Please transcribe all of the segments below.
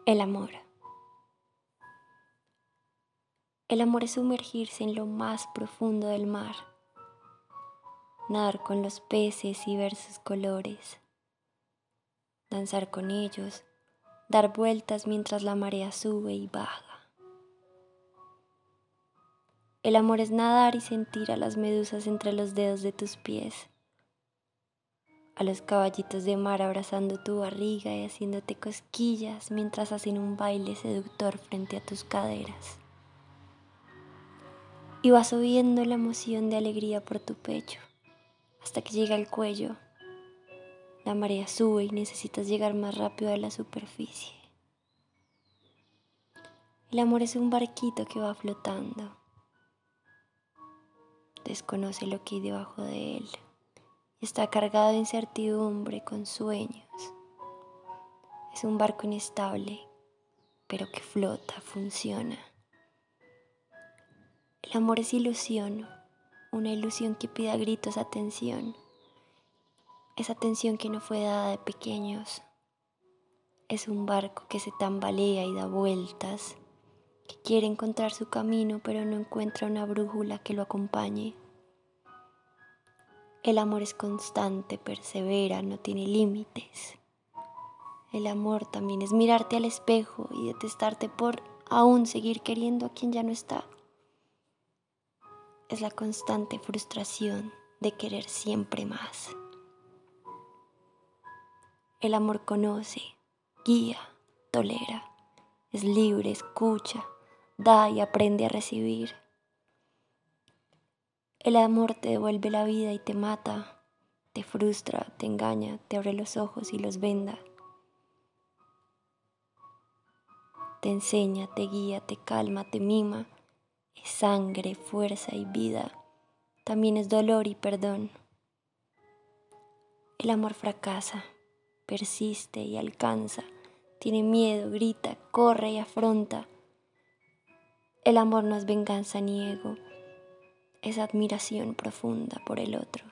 El amor. El amor es sumergirse en lo más profundo del mar, nadar con los peces y ver sus colores, danzar con ellos, dar vueltas mientras la marea sube y baja. El amor es nadar y sentir a las medusas entre los dedos de tus pies, a los caballitos de mar abrazando tu barriga y haciéndote cosquillas mientras hacen un baile seductor frente a tus caderas. Y va subiendo la emoción de alegría por tu pecho, hasta que llega al cuello. La marea sube y necesitas llegar más rápido a la superficie. El amor es un barquito que va flotando. Desconoce lo que hay debajo de él. Está cargado de incertidumbre, con sueños. Es un barco inestable, pero que flota, funciona. El amor es ilusión, una ilusión que pide a gritos atención. Esa atención que no fue dada de pequeños. Es un barco que se tambalea y da vueltas, que quiere encontrar su camino pero no encuentra una brújula que lo acompañe. El amor es constante, persevera, no tiene límites. El amor también es mirarte al espejo y detestarte por aún seguir queriendo a quien ya no está. Es la constante frustración de querer siempre más. El amor conoce, guía, tolera, es libre, escucha, da y aprende a recibir. El amor te devuelve la vida y te mata, te frustra, te engaña, te abre los ojos y los venda. Te enseña, te guía, te calma, te mima. Es sangre, fuerza y vida. También es dolor y perdón. El amor fracasa, persiste y alcanza. Tiene miedo, grita, corre y afronta. El amor no es venganza ni ego. Es admiración profunda por el otro.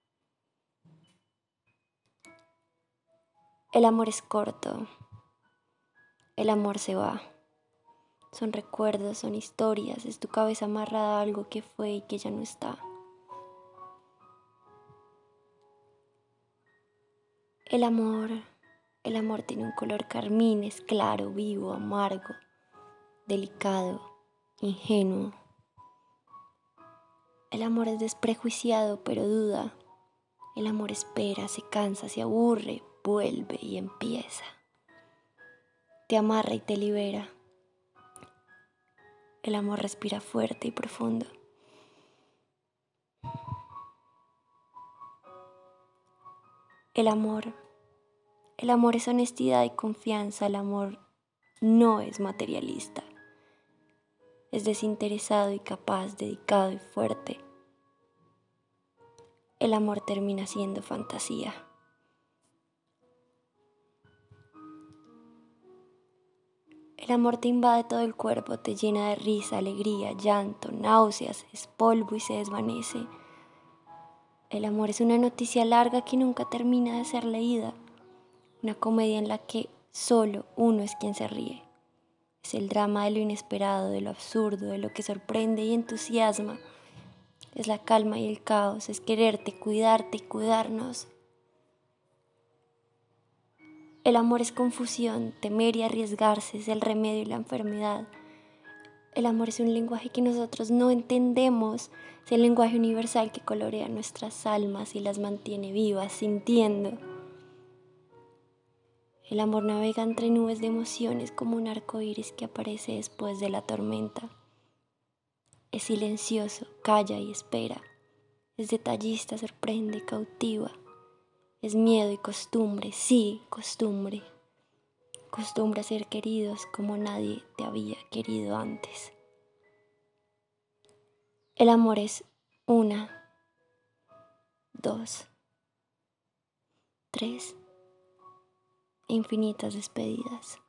El amor es corto. El amor se va. Son recuerdos, son historias, es tu cabeza amarrada a algo que fue y que ya no está. El amor tiene un color carmín, es claro, vivo, amargo, delicado, ingenuo. El amor es desprejuiciado pero duda. El amor espera, se cansa, se aburre, vuelve y empieza. Te amarra y te libera. El amor respira fuerte y profundo. El amor es honestidad y confianza. El amor no es materialista. Es desinteresado y capaz, dedicado y fuerte. El amor termina siendo fantasía. El amor te invade todo el cuerpo, te llena de risa, alegría, llanto, náuseas, es polvo y se desvanece. El amor es una noticia larga que nunca termina de ser leída, una comedia en la que solo uno es quien se ríe. Es el drama de lo inesperado, de lo absurdo, de lo que sorprende y entusiasma. Es la calma y el caos, es quererte, cuidarte y cuidarnos. El amor es confusión, temer y arriesgarse, es el remedio y la enfermedad. El amor es un lenguaje que nosotros no entendemos, es el lenguaje universal que colorea nuestras almas y las mantiene vivas, sintiendo. El amor navega entre nubes de emociones como un arco iris que aparece después de la tormenta. Es silencioso, calla y espera. Es detallista, sorprende, cautiva. Es miedo y costumbre, sí, costumbre. Costumbre a ser queridos como nadie te había querido antes. El amor es una, dos, tres, infinitas despedidas.